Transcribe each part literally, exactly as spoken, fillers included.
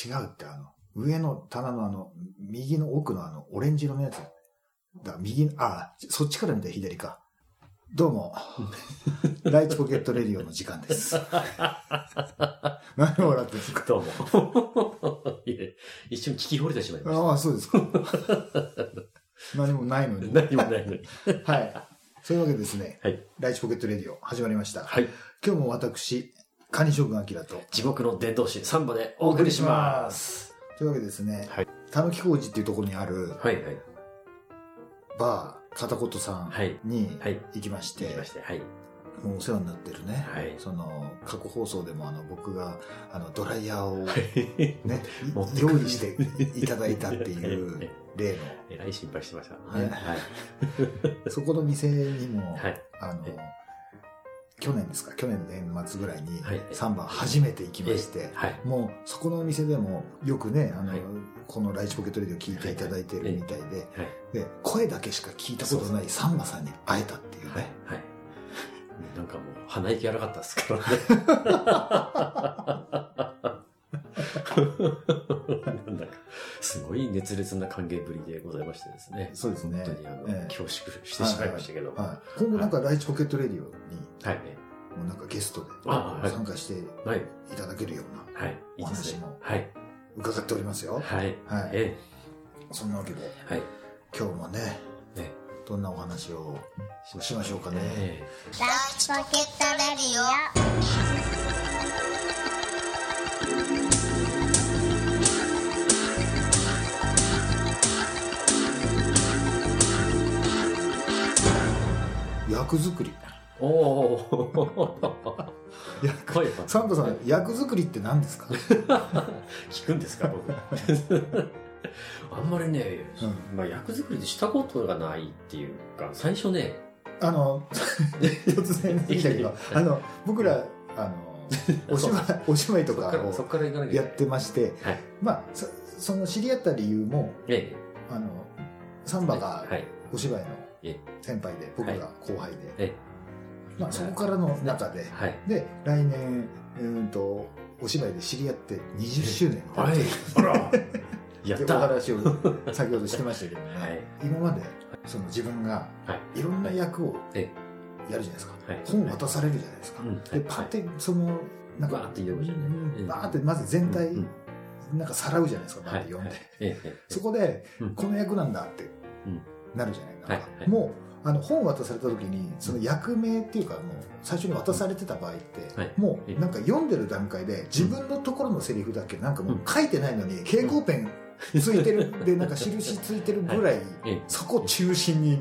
違うってあの、上の棚のあの、右の奥のあの、オレンジ色のやつ。だから右、あ、そっちから見たら左か。どうも、ライチポケットレディオの時間です。何を笑ってるんですか？ どうも。いや一瞬聞き惚れてしまいました。 ああ、そうですか。何もないのに。 何もないのに。 はい。そういうわけでですね、 はい、 ライチポケットレディオ始まりました。 はい。 今日も私、カニ将軍アキラと地獄の伝道師サンバでお送りします。 というわけでですね、 はい、 たぬき工事っていうところにある、 はいはい、 バー片言さんに行きまして、 はいはい、行きまして、はい、 もうお世話になってるね、 はい、 その過去放送でもあの僕があのドライヤーを、ね、 はい、 用意していただいたっていう例のえらい心配してましたね、 はい、そこの店にも、はい、あの去年ですか去年年末ぐらいにサンバ初めて行きまして、はい、もうそこのお店でもよくねあの、はい、このライチポケットレディを聞いていただいてるみたいで、はいはい、で声だけしか聞いたことないサンバさんに会えたっていうね、 はいはい、なんかもう鼻息荒かったですからねなんだかすごい熱烈な歓迎ぶりでございましてですね。 そうですね。 本当にあの、えー、恐縮してしまいましたけど、 はいはい、今後なんかライチポケットレディオに、 はい、 もうなんかゲストで参加していただけるようなお話も伺っておりますよ。 はい。はい。えー、そんなわけで、はい、今日もね、ねどんなお話をしましょうかね。えー、ライチポケットレディオ。役作り。 おお。 サンタさん、役作りって何ですか？ 聞くんですか僕。あんまりね、うん、まあ役作りでしたことがないっていうか、最初ね、 あの突然できたけど、あの僕らあのお芝居お芝居とかをやってまして、はい、まあ そ, その知り合った理由も、ええ、あのサンバがお芝居の先輩で、僕が後輩で、ええ、まあそこからの中で、はい、で来年うんとお芝居で知り合ってにじゅっしゅうねんを、はい、あらやったお話を先ほどしてましたけどね、はい、今までその自分がいろんな役をやるじゃないですか、はい、本渡されるじゃないですか、はい、でパッてそのなんかバーって読むじゃない、バーってまず全体なんかさらうじゃないですか、バーって読んで、はいはい、そこでこの役なんだってなるじゃないですか、はいはい、もうあの本渡された時にその役名っていうかもう最初に渡されてた場合って、はい、もうなんか読んでる段階で自分のところのセリフだけなんかもう書いてないのに蛍光ペンついてるでなんか印ついてるぐらい、はい、そこ中心に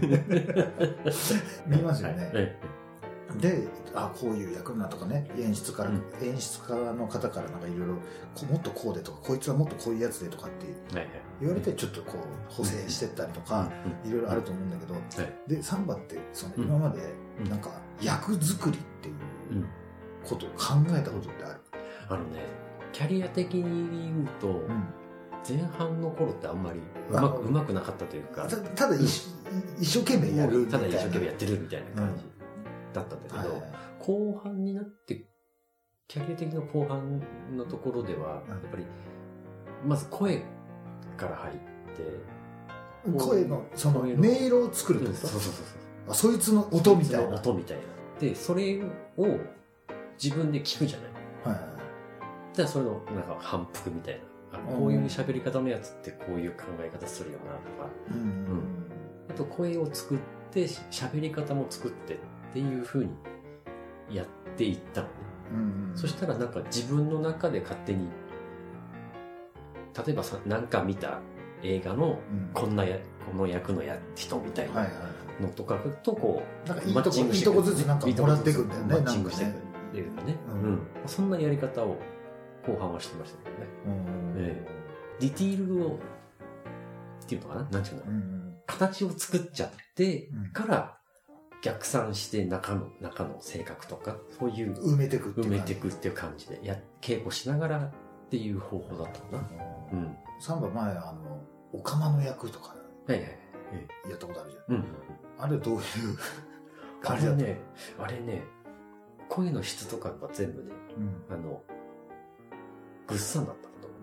見ますよね、はい、であこういう役なんとかね演出家、うん、演出家の方からなんかいろいろもっとこうでとかこいつはもっとこういうやつでとかって言われてちょっとこう補正してったりとかいろいろあると思うんだけど、はい、でサンバってその今までなんか役作りっていうことを考えたことってある？ あのねキャリア的に言うと、うん前半の頃ってあんまりうまく、うまくなかったというかた, ただ 一,、うん、一生懸命やるみたいなただ一生懸命やってるみたいな感じだったんだけど、うんはい、後半になってキャリア的な後半のところでは、うん、やっぱりまず声から入って声のその音色を作るってこと、 そうそうそうそうあそいつの音みたいな音みたいなでそれを自分で聞くじゃない、はい、じゃあそれのなんか反復みたいなこういう喋り方のやつってこういう考え方するよなとか、うんうん、あと声を作って喋り方も作ってっていう風にやっていったのね、うんうん、そしたらなんか自分の中で勝手に例えばさなんか見た映画のこんなや、この役のや人みたいなのとかとこうなんかいいとこいいとこずつなんかもらっていくんだよね、 マッチングしていくっていうかね、うんうん、そんなやり方を後半はしてましたけどね、うんえー、ディティールをっていうのかななんていうの、うん、形を作っちゃってから逆算して中の中の性格とかそういう埋めていくっていう埋めていくっていう感じでや稽古しながらっていう方法だったかな、 うん、サンバ前あのオカマの役とか、はいはいはい、やったことあるじゃん、うん、あれどういう感じだった？あれねあれね声の質とかが全部ね、うん、あのぐっさんだったと思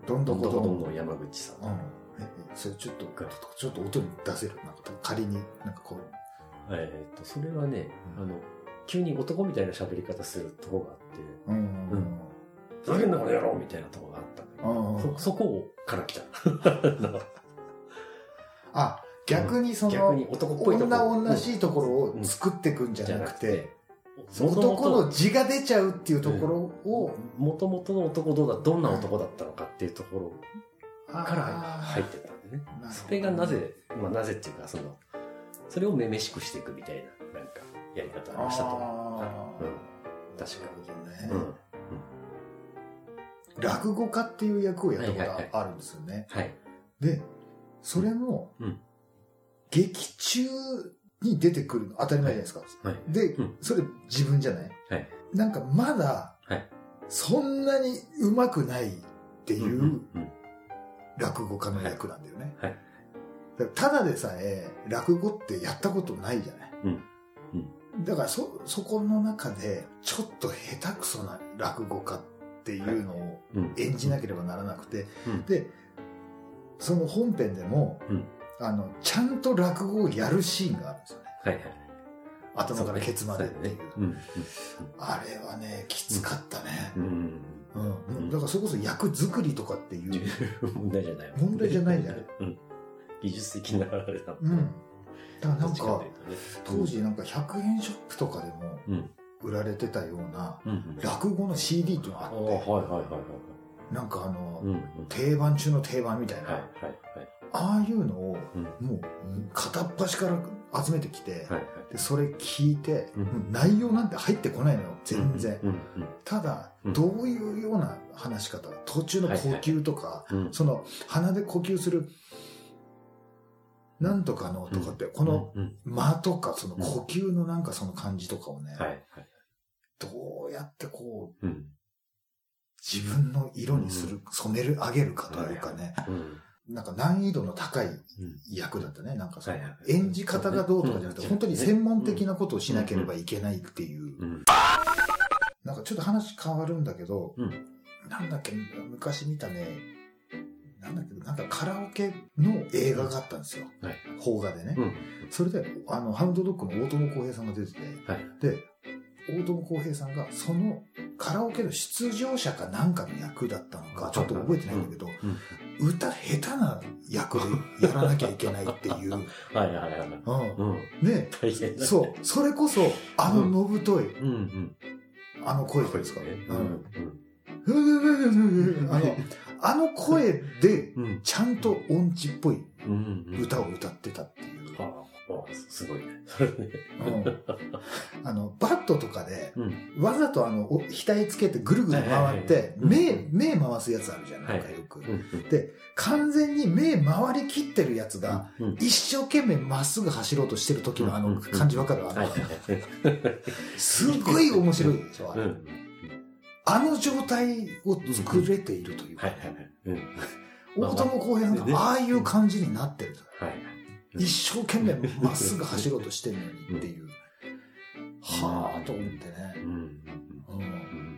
どんどこどんどんどん山口さん。うん。 え、それちょっと、ちょっと音に出せる。なんか仮に、なんかこう。 えっと、それはね、あの、急に男みたいな喋り方するとこがあって、うん。うん。ふざけんなこの野郎みたいなとこがあった。そ、そこから来た。 あ、逆にその、逆に男っぽいところ。女々しいところを作っていくんじゃなくて、男の字が出ちゃうっていうところを、 もともとの男どうだ、どんな男だったのかっていうところから入ってたんでね。それがなぜ、まあなぜっていうか、その、それをめめしくしていくみたいな、なんか、やり方をしたと思う。うん。確かに。ね。 うん。落語家っていう役をやったことがあるんですよね。はい。で、それも、劇中に出てくるの当たり前じゃないですか。はい、で、うん、それ自分じゃない、はい、なんかまだ、そんなに上手くないっていう落語家の役なんだよね。はい、だただでさえ落語ってやったことないじゃない、うんうん、だからそ、そこの中でちょっと下手くそな落語家っていうのを演じなければならなくて、うん、で、その本編でも、うんあの、ちゃんと落語をやるシーンがあるんですよね。はいはい。頭からケツまでっていう。うねうん、あれはね、きつかったね。うんうん、だからそれこそ役作りとかっていう。 問題じゃない。 問題じゃないじゃない。 うん、技術的なあれだ。 うん。だからなんか、当時なんかひゃくえんショップとかでも売られてたような落語の シーディー っていうのがあって。はいはいはいはい。なんかあの、うんうん、定番中の定番みたいな。はいはいはい。ああいうのを、もう、片っ端から集めてきて、はいはい、でそれ聞いて、うん、内容なんて入ってこないのよ、全然。うんうんうん、ただ、どういうような話し方、途中の呼吸とか、はいはい、その、鼻で呼吸する、なんとかのとかって、この間とか、その呼吸のなんかその感じとかをね、はいはい、どうやってこう、うん、自分の色にする、染める、上げるかというかね、はいはいうんなんか難易度の高い役だったね。なんかその演じ方がどうとかじゃなくて、本当に専門的なことをしなければいけないっていう。なんかちょっと話変わるんだけど、なんだっけ、昔見たね、なんだっけ、なんかカラオケの映画があったんですよ。邦画でね。それで、あの、ハウンドドッグの大友康平さんが出てて、で、大友康平さんがそのカラオケの出場者かなんかの役だったのかちょっと覚えてないんだけど、うん、歌下手な役でやらなきゃいけないっていう。はいはいはい。うん。ね、そう。それこそ、あののぶとい、うんうん、あの声ですかね。うん。あの、あの声で、ちゃんと音痴っぽい歌を歌ってたっていう。 すごいね。 うん、あの、バットとかで、うん、わざとあの、額つけてぐるぐる回って、目、目回すやつあるじゃん、なんかよく。はい、で、完全に目回りきってるやつが、うん、一生懸命まっすぐ走ろうとしてる時のあの感じわかるあの、すごい面白いでしょ、あれ。あの状態を作れているというか、大友康平さんがああいう感じになってる。はい一生懸命まっすぐ走ろうとしてるのにっていう。はぁと思ってね、うんうん。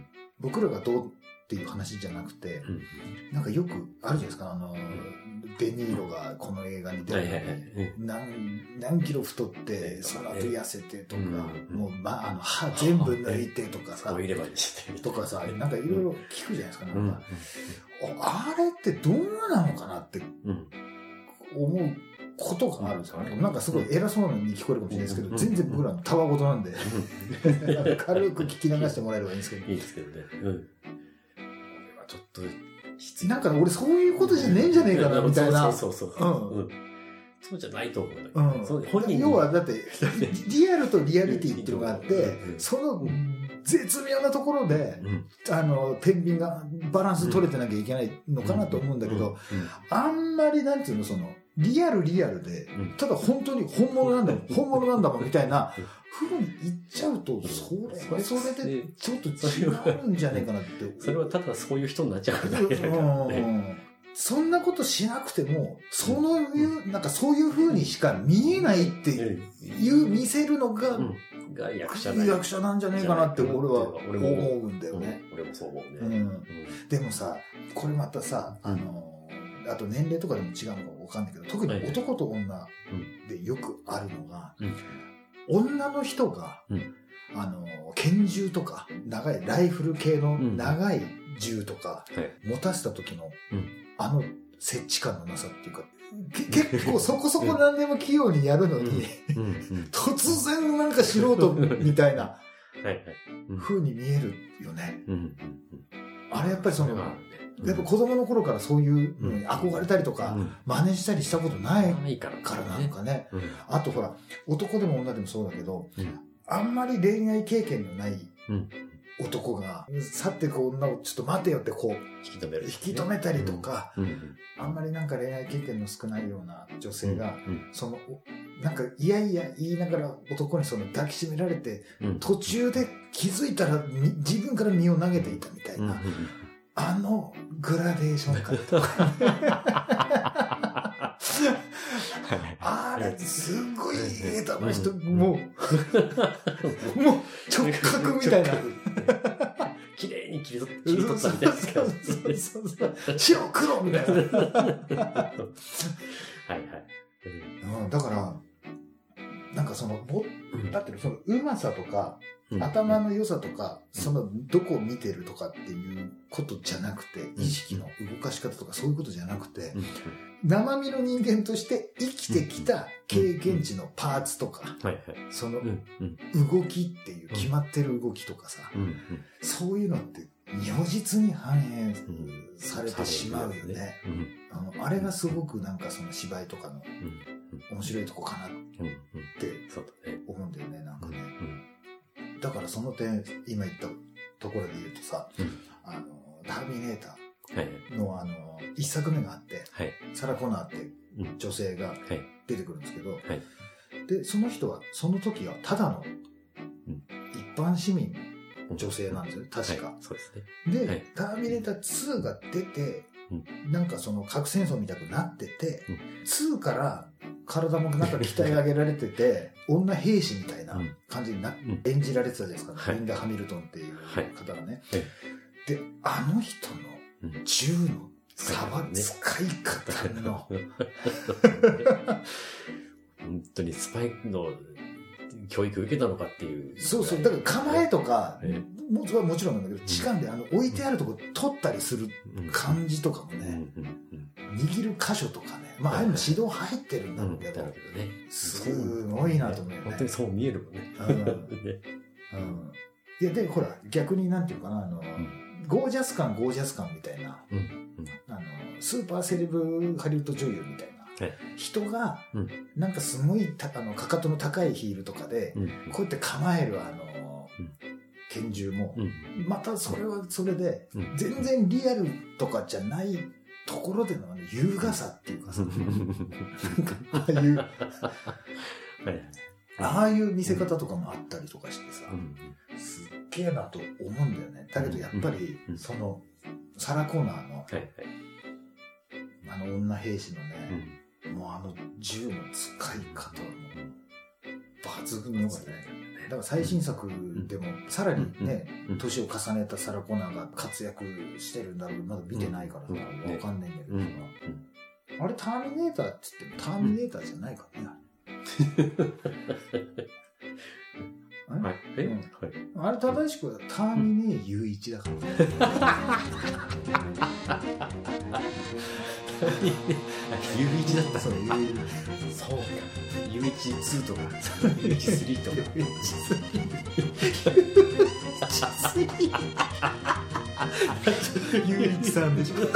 僕らがどうっていう話じゃなくて、うん、なんかよくあるじゃないですか、あの、デニーロがこの映画に出るのに、何、何キロ太って、その後痩せてとか、もう、まあ、あの、歯全部抜いてとかさ、とかさ、なんかいろいろ聞くじゃないですか、なんか、あれってどうなのかなって思う。ことがあるんですよね。なんかすごい偉そうなのに聞こえるかもしれないですけど、全然僕らのたわごとなんで、軽く聞き流してもらえればいいんですけど。 いいですけどね。うん。これはちょっと、 なんか俺そういうことじゃねえんじゃねえかな、みたいな。 そうそうそう。うん。そうじゃないと思うんだけど。うん。そう本人要はだって、リアルとリアリティっていうのがあって、その絶妙なところで、あの、天秤がバランス取れてなきゃいけないのかなと思うんだけど、あんまりなんていうの、その、リアルリアルで、ただ本当に本物なんだもん、本物なんだもんみたいな風に言っちゃうと、それはそれでちょっと違うんじゃねえかなって。 それはただそういう人になっちゃうだけだからね。 そんなことしなくても、そのいう、なんかそういう風にしか見えないっていう、見せるのがが役者役者なんじゃねえかなって俺は思うんだよね。 俺もそう思うね。 うんうん、でもさ、これまたさ、あの、あと年齢とかでも違うのかわかんないけど、特に男と女でよくあるのが、うん、女の人が、うん、あの、拳銃とか、長い、ライフル系の長い銃とか、持たせた時の、うん、あの、設置感のなさっていうか、結構そこそこ何でも器用にやるのに、突然なんか素人みたいな風に見えるよね。あれやっぱりその、やっぱ子供の頃からそういうのに憧れたりとか、真似したりしたことないからなのかね。あとほら、男でも女でもそうだけど、あんまり恋愛経験のない男が、去ってこう女をちょっと待てよってこう、 引き止める、 引き止めたりとか、うんうん、あんまりなんか恋愛経験の少ないような女性が、うんうん、その、なんかいやいや言いながら男にその抱きしめられて、うん、途中で気づいたら自分から身を投げていたみたいな、うんうん、あのグラデーション感とか。あれすごい下手な人、もう、もう直角みたいな。 綺麗に切り取ったみたいですけど。 そうそうそう。白黒みたいな。はいはい、うん。だから、なんかその、だってそのうまさとか、うん、頭の良さとか、そのどこを見てるとかっていうことじゃなくて、うん、意識の動かし方とかそういうことじゃなくて、うん、生身の人間として生きてきた経験値のパーツとか、うん、その動きっていう決まってる動きとかさ、うんうん、そういうのって如実に反映されてしまうよね。うん、あの、あれがすごくなんかその芝居とかの面白いとこかなって思うんだよね、なんかね。だからその点、今言ったところで言うとさ、うん、あの、ターミネーターの、はい、あの、一作目があって、はい、サラ・コナーって女性が出てくるんですけど、はい、で、その人は、その時はただの一般市民の女性なんですよね、確か。はい、そうですね。で、はい、ターミネーターツーが出て、うん、なんかその核戦争みたくなってて、うん、ツーから体もなんか鍛え上げられてて、女兵士みたいな感じにな、うん、演じられてたじゃないですか、ね、はい、リンダ・ハミルトンっていう方がね。はい、で、あの人の銃のさば使い方の、 本当にスパイの教育受けたのかっていう。 そうそう。だから構えとか、もちろんもちろんなんだけど、時間であの置いてあるとこ取ったりする感じとかもね、握る箇所とかね、まあああいうの指導入ってるんだろうけど、すごいなと思うよね。 本当にそう見えるもんね。 うん。いや、で、ほら、逆になんていうかな、あの、ゴージャス感、ゴージャス感みたいな、あの、スーパーセレブハリウッド女優みたいな。人が、なんかすごいたあのかかとの高いヒールとかで、うん、こうやって構えるあの、うん、拳銃も、うん、またそれはそれで、うん、全然リアルとかじゃないところでの優雅さっていうかさ、ああいう、ああいう見せ方とかもあったりとかしてさ、すっげえなと思うんだよね。だけどやっぱり、その、サラ・コナーの、はいはい、あの女兵士のね、もうあの銃の使い方はもう抜群に良かったね。だから最新作でもさらにね、年を重ねたサラ・コナーが活躍してるんだろうけど、まだ見てないからさ、わかんないんだけどさ、あれターミネーターって言ってもターミネーターじゃないからね。あれ、はいえうんはい、あれ正しくはターミネーユーイチだからね。 ユーイチ だったそう、ユーイチ。そうか。ユーイチツー とか、ユーイチスリー とか。ユーイチスリー。ユーイチさんでしょ。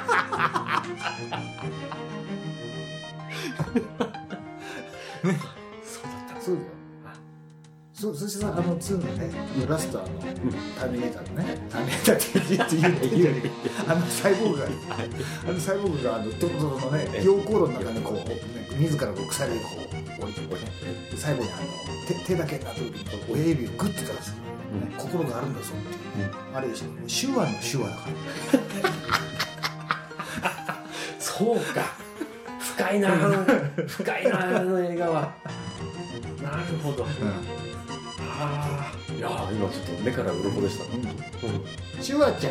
ね、そうだった。そうだよ。そう、そしてさ、あのツーのね、ラストあの、ターミネーターのね、ターミネーターって言って言うてあのサイボーグが、あのサイボーグがあのドロドロのね、溶鉱炉の中にこう、自らこう鎖でこう降りてこうね、最後にあの手手だけになった時に親指をグッて出す、ね、心があるんだぞっていう、あれ手話の手話だから。 そうか、深いな深いなあの映画は。なるほど。うん、 ああ。いやー、今ちょっと目から鱗でした。うん。うん。 シュワちゃん。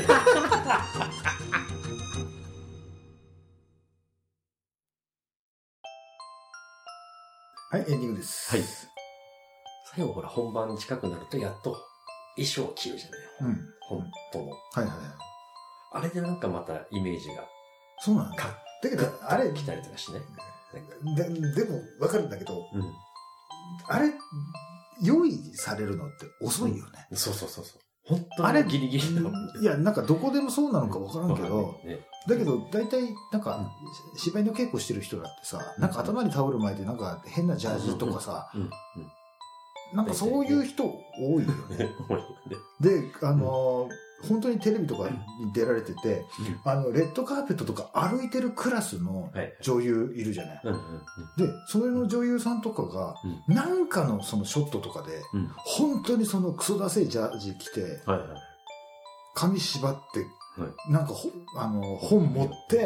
はい、エンディングです。 はい。最後ほら、本番近くなるとやっと衣装を着るじゃない。うん。本当の。はいはいはい。あれでなんかまたイメージが。 そうなんだ。だけど、あれ。 来たりとかしてね。 で, でも、わかるんだけど、うん、あれ、用意されるのって遅いよね。 うん、そうそうそうそう。本当にギリギリだもん、ね。いや、なんかどこでもそうなのかわからんけど、うんね、だけど、大体、なんか、うん、芝居の稽古してる人だってさ、なんか頭にタオル巻いて、なんか変なジャージとかさ、うんうんうん、なんかそういう人多いよね。で、あのー、本当にテレビとかに出られてて、うん、あの、レッドカーペットとか歩いてるクラスの女優いるじゃない。はいはい、で、それの女優さんとかが、うん、なんかのそのショットとかで、うん、本当にそのクソダセいジャージ着て、はいはい、髪縛って、はい、なんかほあの本持って、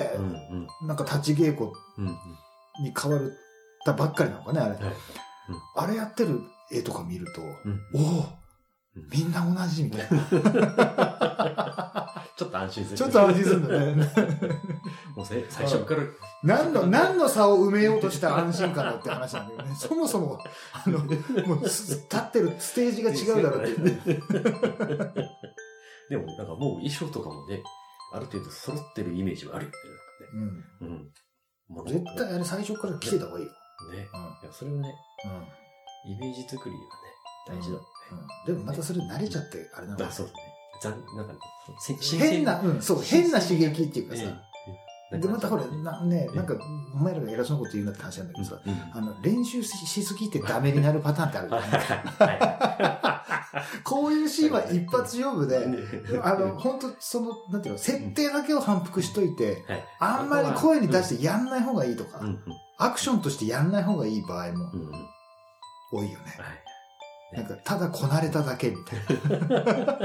うんうん、なんか立ち稽古に変わるたばっかりなのかね、あれ。はいはい、あれやってる絵とか見ると、おおみんな同じみたいな。 ちょっと安心する。 ちょっと安心するんだね。 もう最初から。 何の、何の差を埋めようとした安心感だって話なんだよね。そもそも、あの、もう、立ってるステージが違うだろうって。 でも、なんかもう衣装とかもね、ある程度揃ってるイメージはあるよね。 うん。うん。絶対あれ最初から着てた方がいいよ。 ね。ね。うん。いや、それをね、うん。イメージ作りはね、大事だ。 うん、でもまたそれ慣れちゃってあれなの、ね、 あ、そうだね。なんか変な、うん、そう、変な刺激っていうかさ。えー、で、またほら、なね、なんか、お前らが偉そうなこと言うなって話なんだけどさ、うんうん、あの、練習しすぎてダメになるパターンってあるじゃん。こういうシーンは一発勝負で、あの、本当その、なんていうの、設定だけを反復しといて、あんまり声に出してやんない方がいいとか、アクションとしてやんない方がいい場合も多いよね。なんか、ただこなれただけみたいな。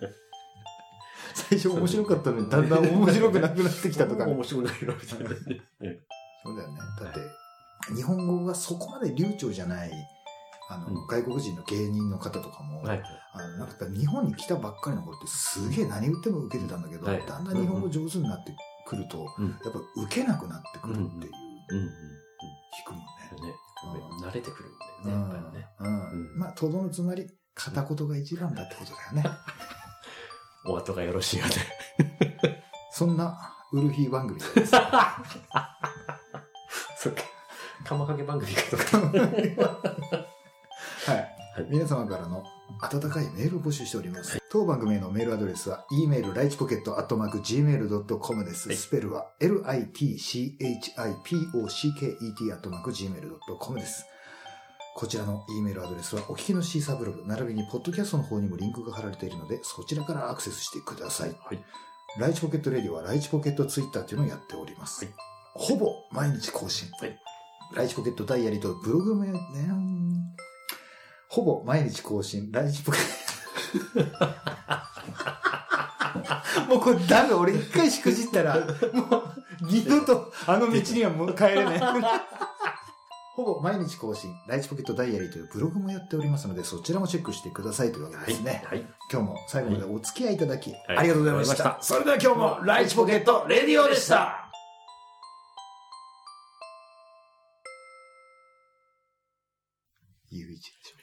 最初面白かったのに、だんだん面白くなくなってきたとか。 面白くなくなってきた。そうだよね。だって、日本語がそこまで流暢じゃない、あの、うん、外国人の芸人の方とかも、はい、あのなんか日本に来たばっかりの頃ってすげえ何言っても受けてたんだけど、はい、だんだん日本語上手になってくると、うん、やっぱ受けなくなってくるっていう、うんうん、聞くもんね。 ね慣れてくるんだよね、やっぱりね。 うん。まあ、とどのつまり、片言が一番だってことだよね。 お後がよろしいよね。そんな、ウルフィー番組です。 そっか。玉かけ番組かとか。 はい。皆様からの温かいメールを募集しております。はい、当番組へのメールアドレスは e メールライチポケットアットマーク ジーメールドットコム です。はい、スペルは エルアイティーシーエイチアイピーオーシーケーイーティー アットマーク ジーメールドットコム です。こちらの E メールアドレスはお聞きのシーサーブログ並びにポッドキャストの方にもリンクが貼られているのでそちらからアクセスしてください。はい、ライチポケットレディはライチポケットツイッターというのをやっております。はい、ほぼ毎日更新。はい、ライチポケットダイアリーとブログもやね。ほぼ毎日更新、ライチポケット。もうこれダメ、俺一回しくじったら、もう二度とあの道にはもう帰れない。ほぼ毎日更新、ライチポケットダイアリーというブログもやっておりますので、そちらもチェックしてくださいというわけですね。はいはい、今日も最後までお付き合いいただき、はい、ありがとうございました。はい、それでは今日もライチポケットレディオでした。ゆういちでしょ。